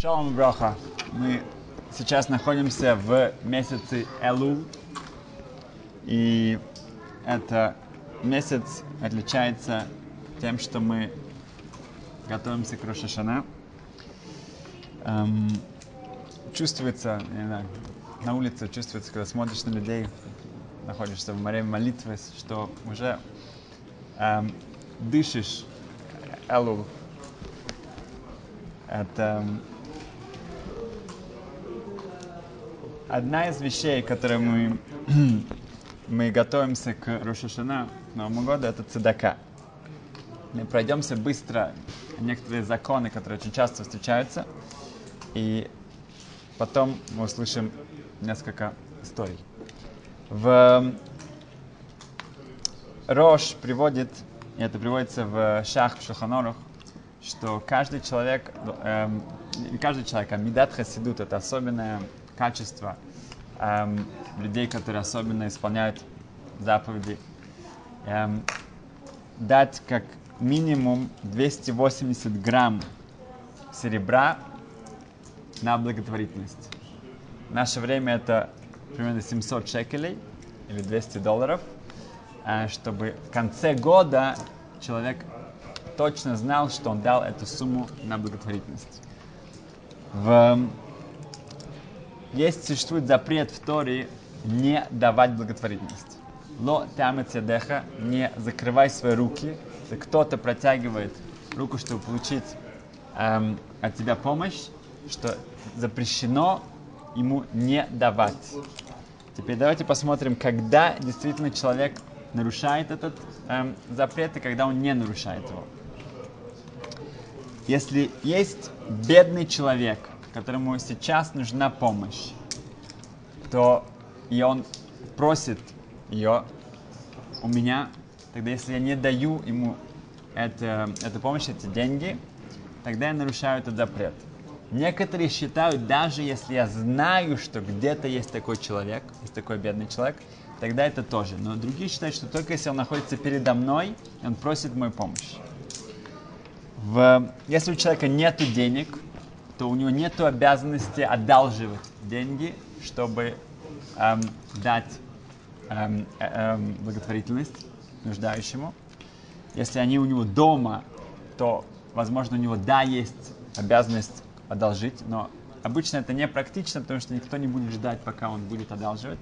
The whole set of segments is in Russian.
Шалом браха. Мы сейчас находимся в месяце Элул. И этот месяц отличается тем, что мы готовимся к Рош ха-Шана. Чувствуется, не знаю, на улице чувствуется, когда смотришь на людей, находишься в море молитвы, что уже дышишь Элул. Это одна из вещей, которые мы готовимся к Рош ха-Шана, к Новому году, это цедака. Мы пройдемся быстро некоторые законы, которые очень часто встречаются, и потом мы услышим несколько историй. В Рош приводит, и это приводится в Шах, в Шулхан Арух, что каждый человек, не каждый человек, а мидат хасидут, это особенное качество людей, которые особенно исполняют заповеди, дать как минимум 280 грамм серебра на благотворительность. В наше время это примерно 700 шекелей или $200, чтобы в конце года человек точно знал, что он дал эту сумму на благотворительность. Существует запрет в Торе не давать благотворительность. Ло тамет ядеха, не закрывай свои руки. Если кто-то протягивает руку, чтобы получить от тебя помощь, что запрещено ему не давать. Теперь давайте посмотрим, когда действительно человек нарушает этот запрет и когда он не нарушает его. Если есть бедный человек, которому сейчас нужна помощь, и он просит ее у меня, тогда если я не даю ему эту помощь, эти деньги, тогда я нарушаю этот запрет. Некоторые считают, даже если я знаю, что где-то есть такой человек, есть такой бедный человек, тогда это тоже. Но другие считают, что только если он находится передо мной, и он просит мою помощь. Если у человека нет денег, то у него нет обязанности одалживать деньги, чтобы дать благотворительность нуждающему. Если они у него дома, то, возможно, у него, есть обязанность одолжить, но обычно это не практично, потому что никто не будет ждать, пока он будет одалживать.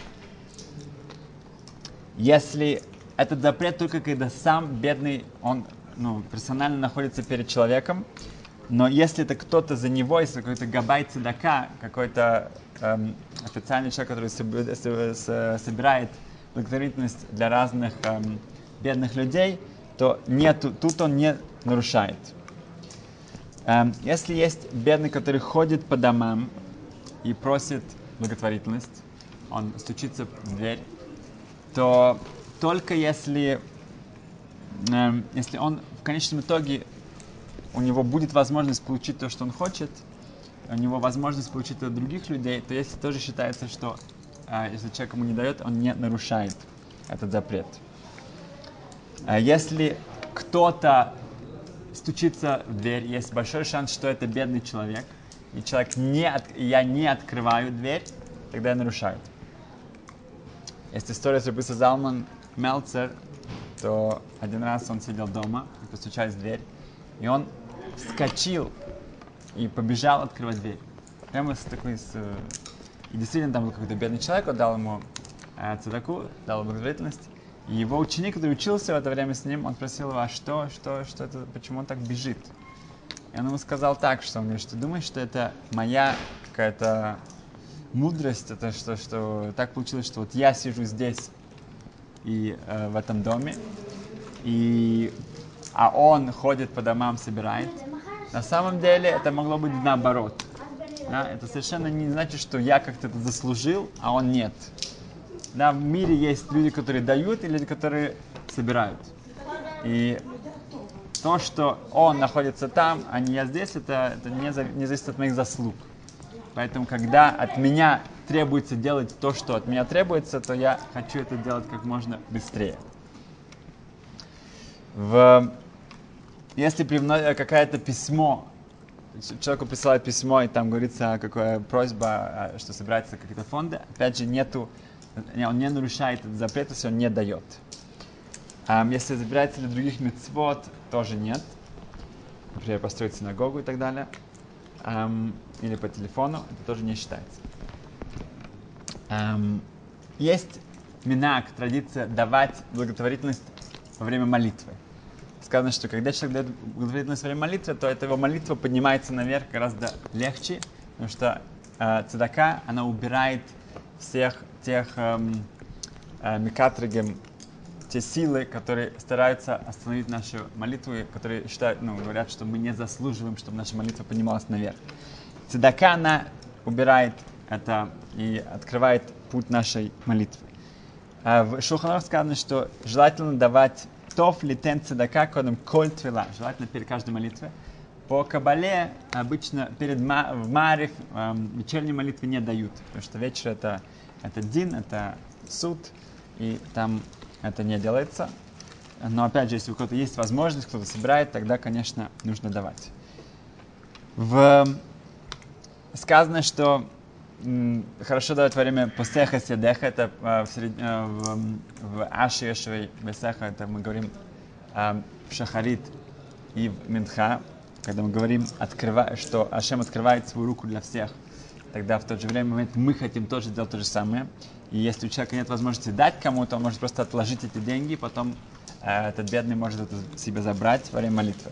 Если этот запрет только когда сам бедный, он персонально находится перед человеком, но если это кто-то за него, если какой-то габай цедака, какой-то официальный человек, который собирает благотворительность для разных бедных людей, то тут он не нарушает. Если есть бедный, который ходит по домам и просит благотворительность, он стучится в дверь, то только если он в конечном итоге у него будет возможность получить то, что он хочет, у него возможность получить это от других людей, то если тоже считается, что если человек ему не дает, он не нарушает этот запрет. Если кто-то стучится в дверь, есть большой шанс, что это бедный человек, и я не открываю дверь, тогда я нарушаю. Есть история с Рабби Залман Мелцер, то один раз он сидел дома, и постучались в дверь, и он вскочил и побежал открывать дверь. Прямо и действительно там был какой-то бедный человек, он дал ему цедаку, дал ему благотворительность. И его ученик, который учился в это время с ним, он спросил его, что это, почему он так бежит? И он ему сказал так, что он говорит, что думаешь, что это моя какая-то мудрость, это что так получилось, что вот я сижу здесь и в этом доме, а он ходит по домам, собирает. На самом деле это могло быть наоборот. Да? Это совершенно не значит, что я как-то это заслужил, а он нет. Да, в мире есть люди, которые дают, и люди, которые собирают. И то, что он находится там, а не я здесь, это не зависит от моих заслуг. Поэтому, когда от меня требуется делать то, что от меня требуется, то я хочу это делать как можно быстрее. Если какое-то письмо человеку присылают письмо, и там говорится, какая просьба, что собираются какие-то фонды. Опять же, он не нарушает этот запрет, если он не дает. Если собирается для других мицвот, тоже нет. Например, построить синагогу и так далее. Или по телефону, это тоже не считается. Есть минак, традиция давать благотворительность во время молитвы. Сказано, что когда человек дает благотворительность во время молитвы, то эта его молитва поднимается наверх гораздо легче, потому что цедака, она убирает всех тех микатригем, те силы, которые стараются остановить нашу молитву, и которые говорят, что мы не заслуживаем, чтобы наша молитва поднималась наверх. Цедака, она убирает это и открывает путь нашей молитвы. В Шулхан Арух сказано, что желательно давать тов литен цедака кодом коль твила, желательно перед каждой молитвой. По Кабале обычно в Мариф вечерней молитвы не дают, потому что вечер это дин, это суд, и там это не делается. Но опять же, если у кого-то есть возможность, кто-то собирает, тогда, конечно, нужно давать. Сказано, что хорошо давать во время посеха седеха, это в Аши Ешевой Бесеха, это мы говорим в Шахарит и в Минха, когда мы говорим, что Ашем открывает свою руку для всех, тогда в тот же время мы хотим тоже сделать то же самое. И если у человека нет возможности дать кому-то, он может просто отложить эти деньги, потом этот бедный может это себе забрать во время молитвы.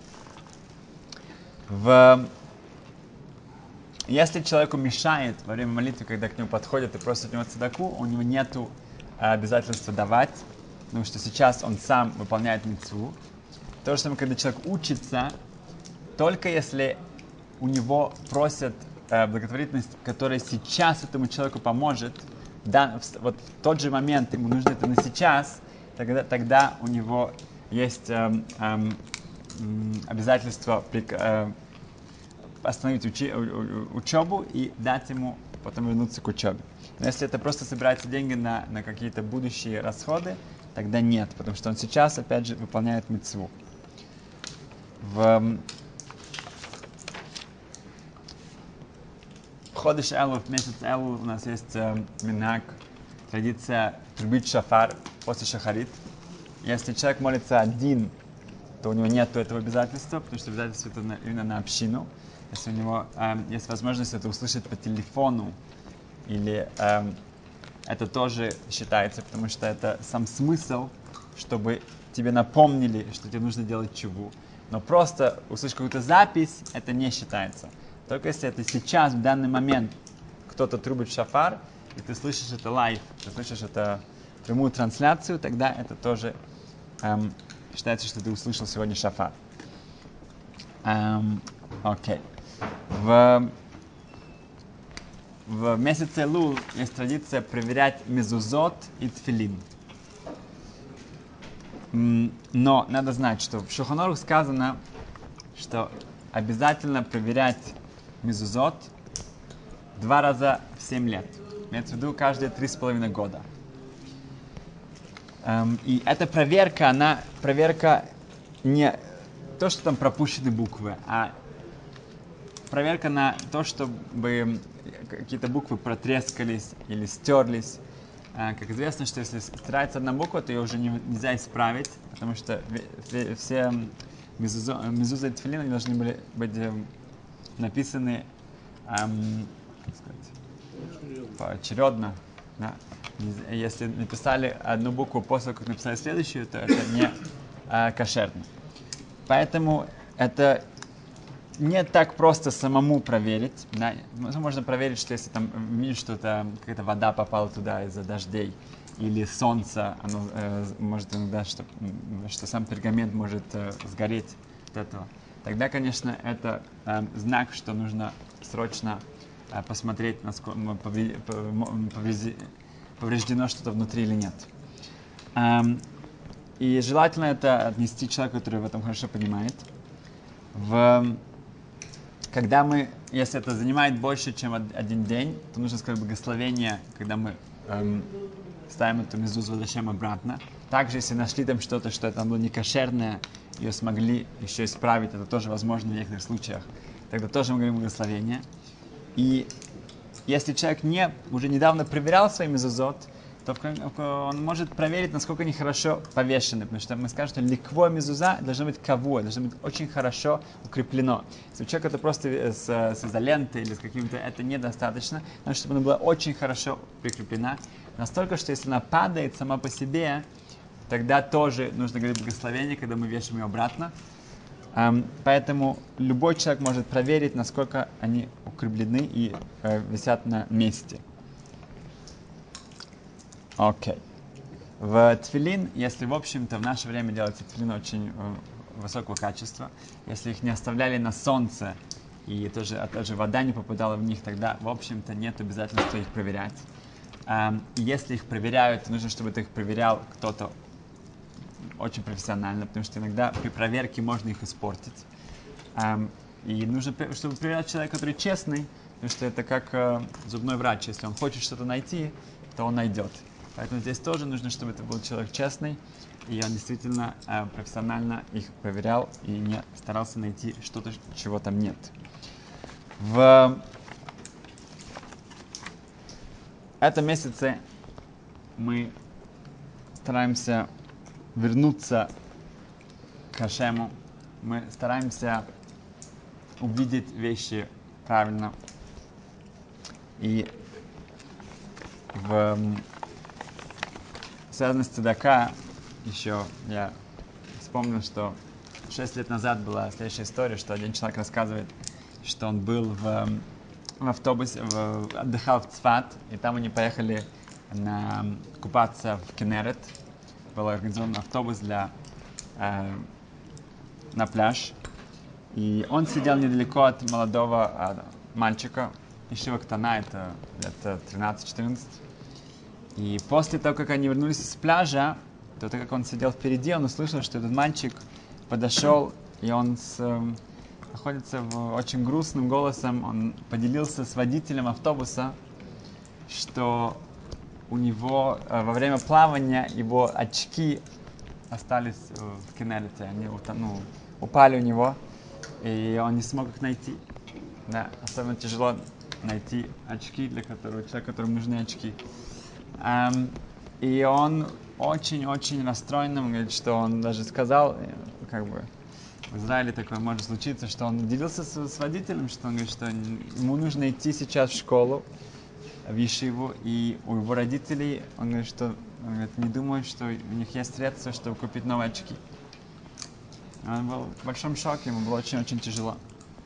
Если человеку мешает во время молитвы, когда к нему подходят и просят у него цедаку, у него нет обязательства давать, потому что сейчас он сам выполняет мицву. То же самое, когда человек учится, только если у него просят благотворительность, которая сейчас этому человеку поможет, вот в тот же момент ему нужно это на сейчас, тогда у него есть обязательство остановить учебу и дать ему потом вернуться к учебе. Но если это просто собираются деньги на какие-то будущие расходы, тогда нет, потому что он сейчас, опять же, выполняет мицву. В Ходеш Элул, в месяц Элул у нас есть минак, традиция трубить шафар после шахарит. Если человек молится один, то у него нет этого обязательства, потому что обязательство это именно на общину. Если у него есть возможность это услышать по телефону, или это тоже считается, потому что это сам смысл, чтобы тебе напомнили, что тебе нужно делать чуву. Но просто услышать какую-то запись, это не считается. Только если это сейчас, в данный момент, кто-то трубит шафар, и ты слышишь это лайв, ты слышишь это прямую трансляцию, тогда это тоже считается, что ты услышал сегодня шафар. Окей. В месяце Элул есть традиция проверять мезузот и тфилин. Но надо знать, что в Шулхан Арух сказано, что обязательно проверять мезузот 2 раза в 7 лет. Имеется в виду каждые 3,5 года. И эта проверка, проверка не то, что там пропущены буквы, а проверка на то, чтобы какие-то буквы протрескались или стерлись. Как известно, что если стирается одна буква, то ее уже нельзя исправить, потому что все мезуза и тфилин они должны были быть написаны поочередно. Да? Если написали одну букву после того, как написали следующую, то это не кошерно. Поэтому это не так просто самому проверить. Да? Можно проверить, что если там видишь, что какая-то вода попала туда из-за дождей или солнца, оно может иногда, что сам пергамент может сгореть от этого. Тогда, конечно, это знак, что нужно срочно посмотреть, насколько повреждено что-то внутри или нет. И желательно это отнести человеку, который в этом хорошо понимает. Если это занимает больше, чем один день, то нужно сказать благословение, когда мы ставим эту мезузу, возвращаем обратно. Также, если нашли там что-то, что это было не кошерное, ее смогли еще исправить, это тоже возможно в некоторых случаях. тогда тоже мы говорим благословение. И если человек уже недавно проверял свои мезузот, то он может проверить, насколько они хорошо повешены. Потому что мы скажем, что ликво мезуза должно быть каво, должно быть очень хорошо укреплено. Если у человека это просто с изолентой или с каким-то, это недостаточно. Нужно, чтобы она была очень хорошо прикреплена. Настолько, что если она падает сама по себе, тогда тоже нужно говорить благословение, когда мы вешаем ее обратно. Поэтому любой человек может проверить, насколько они укреплены и висят на месте. Окей. В тфилин, если, в общем-то, в наше время делается тфилин очень высокого качества, если их не оставляли на солнце, и тоже вода не попадала в них, тогда, в общем-то, нет обязательства их проверять. Если их проверяют, то нужно, чтобы их проверял кто-то очень профессионально, потому что иногда при проверке можно их испортить. И нужно, чтобы проверять человека, который честный, потому что это как зубной врач. Если он хочет что-то найти, то он найдет. Поэтому здесь тоже нужно, чтобы это был человек честный, и он действительно профессионально их проверял и не старался найти что-то, чего там нет. В этом месяце мы стараемся вернуться к Хашему. Мы стараемся увидеть вещи правильно. И в связанности с цедака еще я вспомнил, что 6 лет назад была следующая история, что один человек рассказывает, что он был в автобусе, отдыхал в Цфат, и там они поехали купаться в Кенерет. Был организован автобус на пляж. И он сидел недалеко от молодого мальчика, Ишива Ктана, это лет 13-14. И после того, как они вернулись с пляжа, то так как он сидел впереди, он услышал, что этот мальчик подошел, и он находится очень грустным голосом, он поделился с водителем автобуса, что у него во время плавания его очки остались в Кенерете, они упали у него, и он не смог их найти. Да, особенно тяжело найти очки для человека, которому нужны очки. И он очень-очень расстроен, он говорит, что он даже сказал, в Израиле такое может случиться, что он делился с водителем, что он говорит, что ему нужно идти сейчас в школу, в Ешиву, и у его родителей, он говорит, не думает, что у них есть средства, чтобы купить новые очки. Он был в большом шоке, ему было очень-очень тяжело.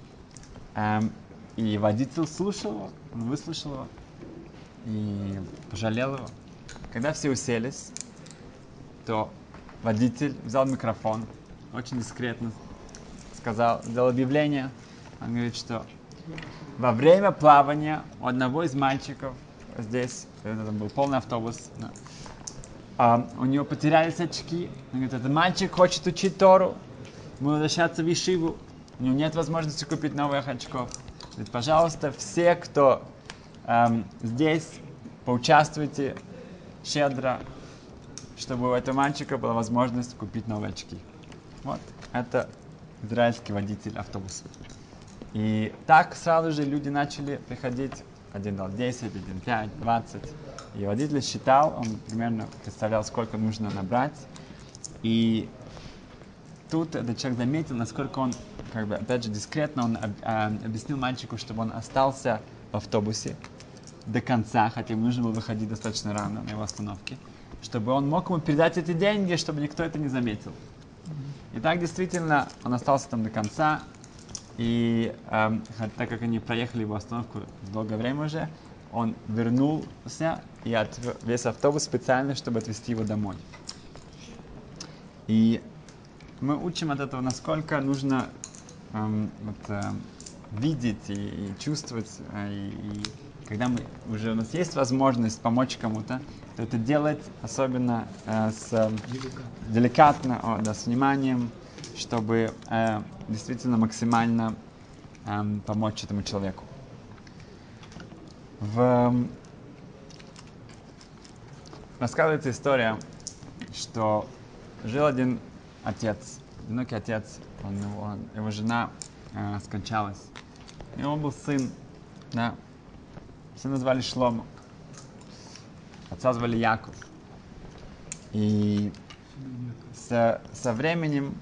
И водитель слушал его, он выслушал его и пожалел его. Когда все уселись, то водитель взял микрофон, очень дискретно сделал объявление. Он говорит, что во время плавания у одного из мальчиков здесь, это был полный автобус, у него потерялись очки. Он говорит, этот мальчик хочет учить Тору, ему возвращаться в Ешиву, у него нет возможности купить новых очков. Говорит, пожалуйста, все, кто здесь, поучаствуйте щедро, чтобы у этого мальчика была возможность купить новые очки. Вот, это израильский водитель автобуса. И так сразу же люди начали приходить, один дал 10, один 5, 20. И водитель считал, он примерно представлял, сколько нужно набрать. И тут этот человек заметил, насколько он, опять же, дискретно, он объяснил мальчику, чтобы он остался в автобусе до конца, хотя ему нужно было выходить достаточно рано на его остановке, чтобы он мог ему передать эти деньги, чтобы никто это не заметил. И так действительно он остался там до конца, и так как они проехали его остановку долгое время уже, он вернулся и весь автобус специально, чтобы отвезти его домой. И мы учим от этого, насколько нужно видеть и чувствовать, и когда у нас есть возможность помочь кому-то, то это делать особенно деликатно, с вниманием, чтобы действительно максимально помочь этому человеку. Рассказывается история, что жил одинокий отец, его жена скончалась. И он был сын, да. Сына звали Шломо. Отца звали Яков. И со временем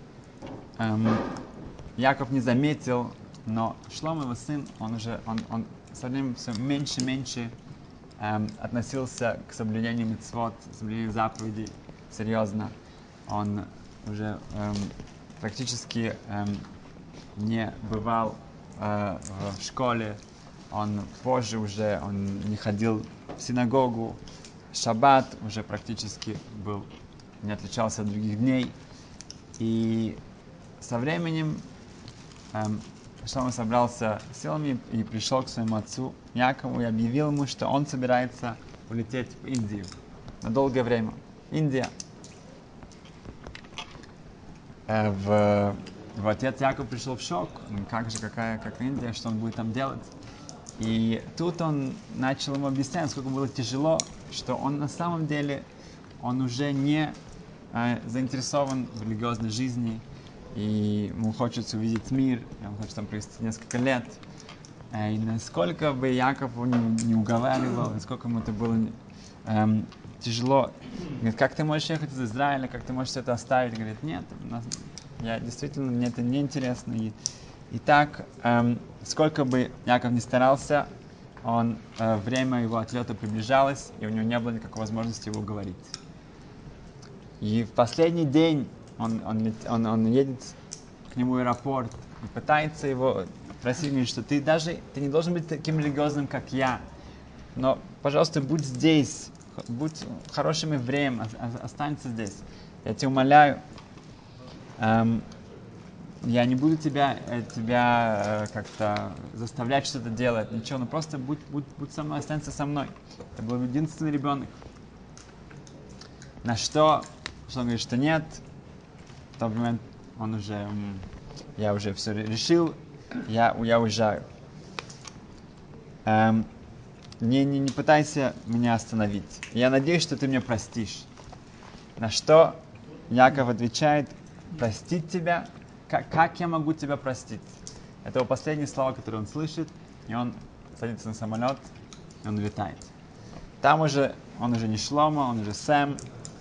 Яков не заметил, но Шломо, его сын, он со временем все меньше и меньше относился к соблюдению мицвот, соблюдению заповедей серьезно. Он уже практически не бывал в школе. Он позже уже не ходил в синагогу. Шаббат уже практически не отличался от других дней. И со временем Шломо собрался силами и пришел к своему отцу Якову и объявил ему, что он собирается улететь в Индию на долгое время. Индия. Его отец Яков пришел в шок. Как же, какая Индия, что он будет там делать? И тут он начал ему объяснять, насколько было тяжело, что он на самом деле, он уже не заинтересован в религиозной жизни, и ему хочется увидеть мир, и он хочет там провести несколько лет. И насколько бы Яков его не уговаривал, насколько ему это было тяжело. Говорит, как ты можешь ехать из Израиля, как ты можешь все это оставить? Говорит, нет, мне это не интересно. И так, сколько бы Яков ни старался, время его отлета приближалось, и у него не было никакой возможности его уговорить. И в последний день он едет к нему в аэропорт и пытается его просить, говорит, что ты не должен быть таким религиозным, как я, но, пожалуйста, будь здесь, будь хорошим евреем, останься здесь. Я тебя умоляю, я не буду тебя как-то заставлять что-то делать, ничего, но просто будь со мной, останься со мной. Это был единственный ребенок. На что он говорит, что нет. В тот момент я уже все решил, я уезжаю. Не пытайся меня остановить. Я надеюсь, что ты меня простишь. На что Яков отвечает, простить тебя? Как я могу тебя простить? Это его последние слова, которые он слышит, и он садится на самолет, и он улетает. Там он уже не Шломо, он уже Сэм,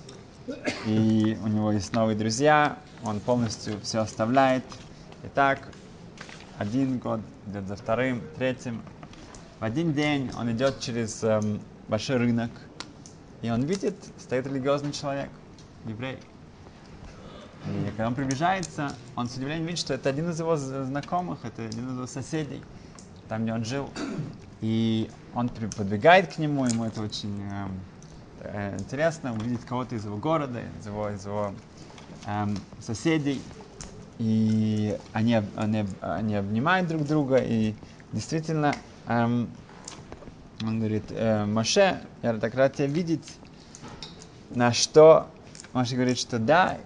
и у него есть новые друзья, он полностью все оставляет. И так, один год, идет за вторым, третьим. В один день он идет через большой рынок, и он видит, стоит религиозный человек, еврей. И когда он приближается, он с удивлением видит, что это один из его знакомых, это один из его соседей, там, где он жил. И он подбегает к нему, ему это очень интересно, увидеть кого-то из его города, из его соседей. И они обнимают друг друга, и действительно, он говорит, Моше, я так рад тебя видеть. На что Моше говорит, что да,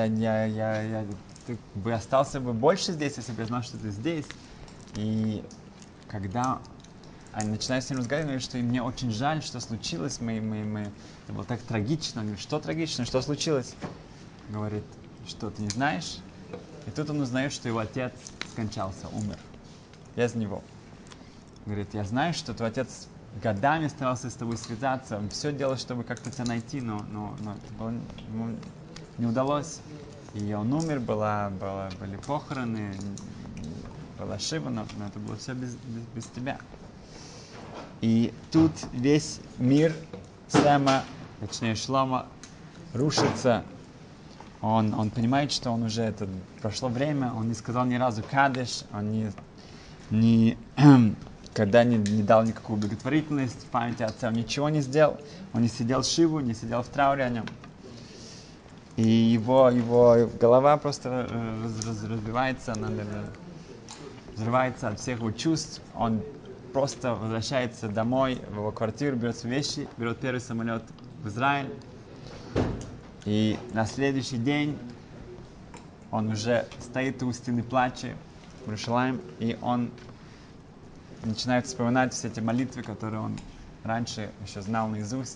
ты бы остался бы больше здесь, если бы я знал, что ты здесь. И когда они начинают с ним разговаривать, говорят, что мне очень жаль, что случилось, это было так трагично. Он говорит, что трагично, что случилось? Говорит, что ты не знаешь? И тут он узнает, что его отец скончался, умер. Без него. Говорит, я знаю, что твой отец годами старался с тобой связаться, он все делал, чтобы как-то тебя найти, но ему не удалось. И он умер, были похороны, была шива, но это было все без тебя. И тут весь мир Сэма, точнее Шломо, рушится. Он понимает, что он уже, прошло время, он не сказал ни разу кадеш, он когда не дал никакую благотворительность в памяти отца, он ничего не сделал, он не сидел в шиву, не сидел в трауре о нем. И его голова просто разбивается, взрывается от всех его чувств, он просто возвращается домой, в его квартиру, берет свои вещи, берет первый самолет в Израиль. И на следующий день он уже стоит у стены плача в Иерусалиме, и он начинает вспоминать все эти молитвы, которые он раньше еще знал наизусть.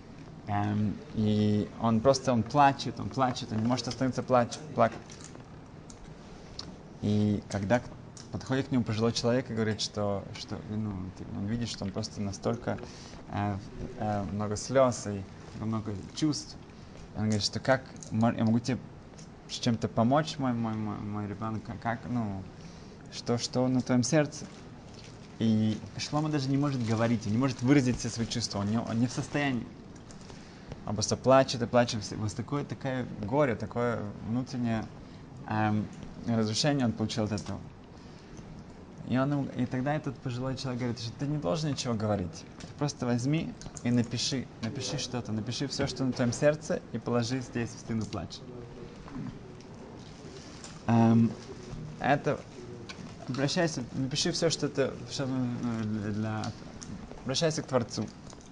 И он плачет, он не может остановиться плакать. И когда подходит к нему пожилой человек и говорит, что ну, он видит, что он просто настолько много слез и много чувств. Он говорит, что как я могу тебе с чем-то помочь, мой ребенок, как, ну, что на твоем сердце. И Шломо даже не может говорить, он не может выразить все свои чувства, он не в состоянии. Он просто плачет и плачет. Вот такое горе, такое внутреннее разрушение он получил от этого. И тогда этот пожилой человек говорит, что ты не должен ничего говорить. Ты просто возьми и напиши что-то, напиши все, что на твоем сердце, и положи здесь в стену плача. Обращайся, напиши все, обращайся к Творцу.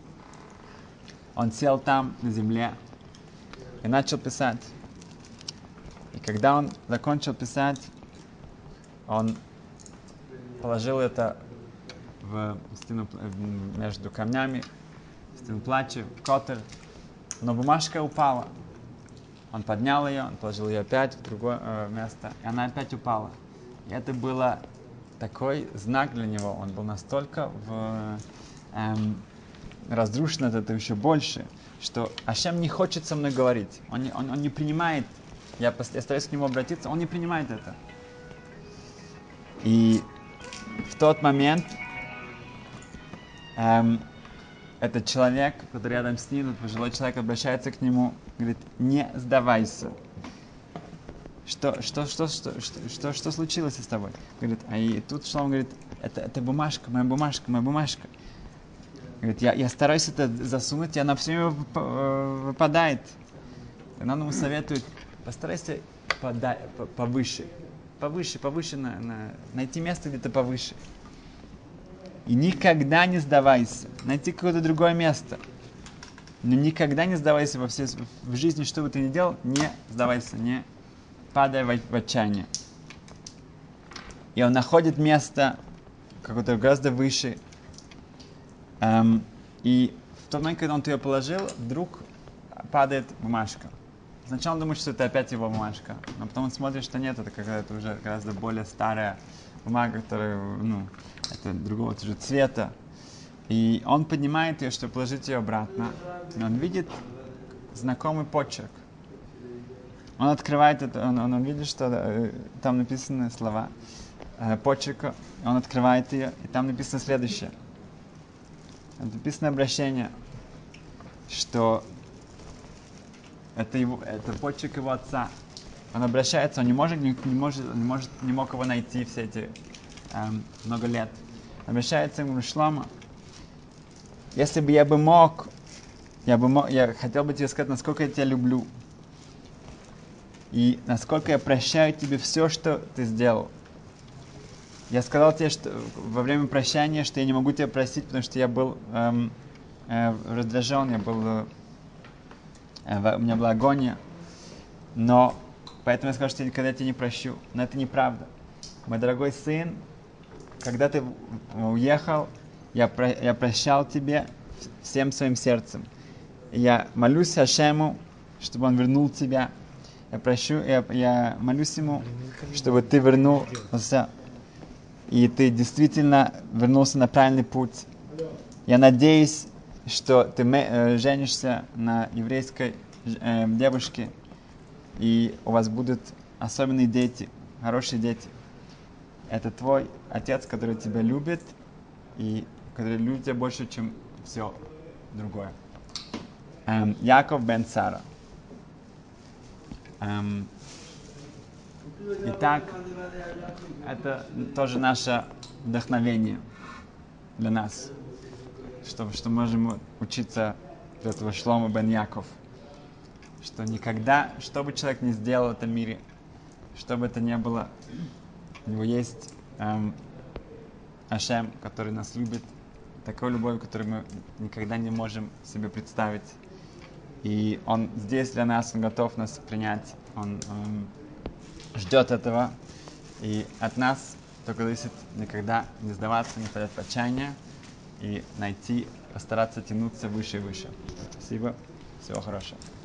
Он сел там, на земле, и начал писать. И когда он закончил писать, он положил это в стену между камнями, в стену плача, в котель, но бумажка упала. Он поднял ее, он положил ее опять в другое место, и она опять упала. И это было такой знак для него. Он был настолько разрушен от этого еще больше, что Ашем не хочет со мной говорить. Он не принимает. Я стараюсь к нему обратиться, он не принимает это. И в тот момент этот человек, который рядом с ним, этот пожилой человек, обращается к нему, говорит, не сдавайся. Что случилось с тобой? Говорит, и тут Шломо говорит, это бумажка, моя бумажка. Говорит, я стараюсь это засунуть, и она все время выпадает. И он ему советует, постарайся повыше, найти место где-то повыше. И никогда не сдавайся, найти какое-то другое место. Но никогда не сдавайся в жизни, что бы ты ни делал, не сдавайся, не падай в отчаяние. И он находит место какое-то гораздо выше. И в тот момент, когда он ее положил, вдруг падает бумажка. Сначала он думает, что это опять его бумажка, но потом он смотрит, что нет, это какая-то уже гораздо более старая бумага, которая, это другого тоже цвета. И он поднимает ее, чтобы положить ее обратно, и он видит знакомый почерк. Он открывает это, он видит, что там написаны слова почерка, он открывает ее, и там написано следующее. Написано обращение, что это почерк его отца. Он обращается, он не мог его найти все эти много лет. Обращается ему Шломо. Если бы я мог, я хотел бы тебе сказать, насколько я тебя люблю. И насколько я прощаю тебе все, что ты сделал. Я сказал тебе, что во время прощания, что я не могу тебя простить, потому что я был раздражен, у меня была агония. Но поэтому я сказал, что я никогда тебя не прощу. Но это неправда. Мой дорогой сын, когда ты уехал, я прощал тебе всем своим сердцем. Я молюсь Ашему, чтобы он вернул тебя. Я молюсь ему, чтобы ты вернулся. И ты действительно вернулся на правильный путь. Я надеюсь, что ты женишься на еврейской девушке, и у вас будут особенные дети, хорошие дети. Это твой отец, который тебя любит, и который любит тебя больше, чем все другое. Яков бен Сара. Итак, это тоже наше вдохновение для нас, что можем учиться от этого Шломо бен Яков, что никогда, что бы человек ни сделал в этом мире, что бы это ни было, у него есть Ашем, который нас любит, такой любовь, которую мы никогда не можем себе представить. И он здесь для нас, он готов нас принять, он ждет этого. И от нас только зависит никогда не сдаваться, не впадать в отчаяние и постараться тянуться выше и выше. Спасибо. Всего хорошего.